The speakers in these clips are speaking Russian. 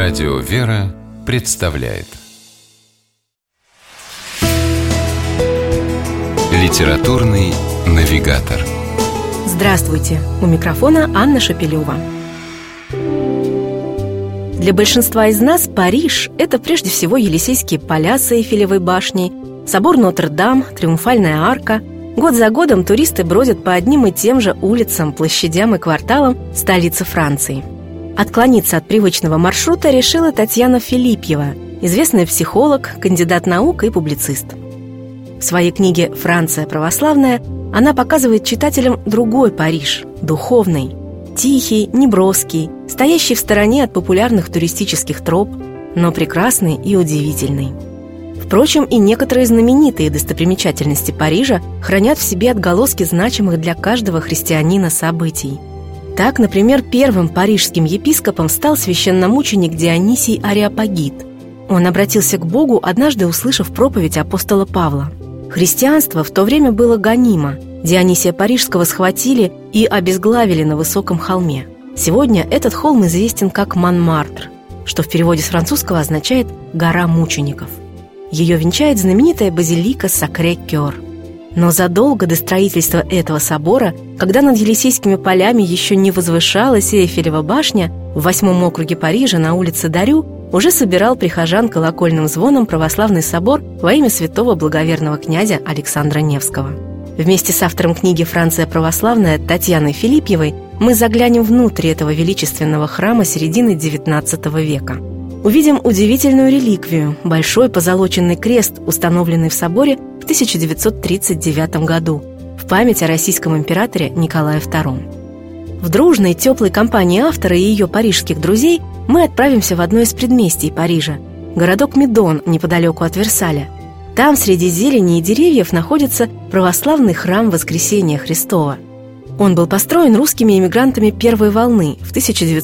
Радио «Вера» представляет Литературный навигатор. Здравствуйте! У микрофона Анна Шапилева. Для большинства из нас Париж – это прежде всего Елисейские поля с Эйфелевой башней, собор Нотр-Дам, Триумфальная арка. Год за годом туристы бродят по одним и тем же улицам, площадям и кварталам столицы Франции. Отклониться от привычного маршрута решила Татьяна Филипьева, известная психолог, кандидат наук и публицист. В своей книге «Франция православная» она показывает читателям другой Париж, духовный, тихий, неброский, стоящий в стороне от популярных туристических троп, но прекрасный и удивительный. Впрочем, и некоторые знаменитые достопримечательности Парижа хранят в себе отголоски значимых для каждого христианина событий. Так, например, первым парижским епископом стал священномученик Дионисий Ареопагит. Он обратился к Богу, однажды услышав проповедь апостола Павла. Христианство в то время было гонимо. Дионисия Парижского схватили и обезглавили на высоком холме. Сегодня этот холм известен как Монмартр, что в переводе с французского означает «гора мучеников». Ее венчает знаменитая базилика Сакрэ-Кёр. Но задолго до строительства этого собора, когда над Елисейскими полями еще не возвышалась Эйфелева башня, в 8-м округе Парижа на улице Дарю уже собирал прихожан колокольным звоном православный собор во имя святого благоверного князя Александра Невского. Вместе с автором книги «Франция православная» Татьяной Филипьевой мы заглянем внутрь этого величественного храма середины XIX века. Увидим удивительную реликвию – большой позолоченный крест, установленный в соборе в 1939 году в память о российском императоре Николае II. В дружной, теплой компании автора и ее парижских друзей мы отправимся в одно из предместий Парижа – городок Медон, неподалеку от Версаля. Там, среди зелени и деревьев, находится православный храм Воскресения Христова. Он был построен русскими эмигрантами первой волны в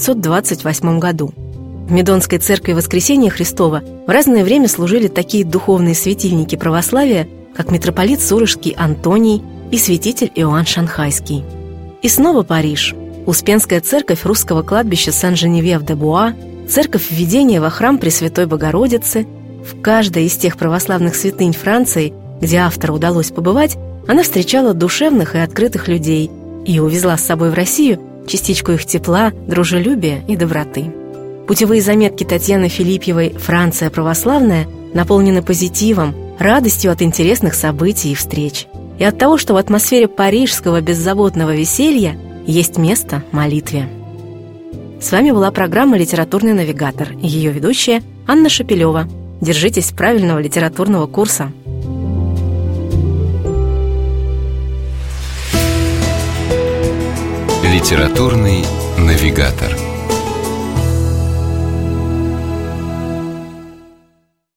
1928 году. В Медонской церкви Воскресения Христова в разное время служили такие духовные светильники православия, как митрополит Сурожский Антоний и святитель Иоанн Шанхайский. И снова Париж. Успенская церковь русского кладбища Сен-Женевьев-де-Буа, церковь введения во храм Пресвятой Богородицы. В каждой из тех православных святынь Франции, где автору удалось побывать, она встречала душевных и открытых людей и увезла с собой в Россию частичку их тепла, дружелюбия и доброты. Путевые заметки Татьяны Филипьевой «Франция православная» наполнены позитивом, радостью от интересных событий и встреч, и от того, что в атмосфере парижского беззаботного веселья есть место молитве. С вами была программа «Литературный навигатор» и ее ведущая Анна Шапилева. Держитесь правильного литературного курса. Литературный навигатор.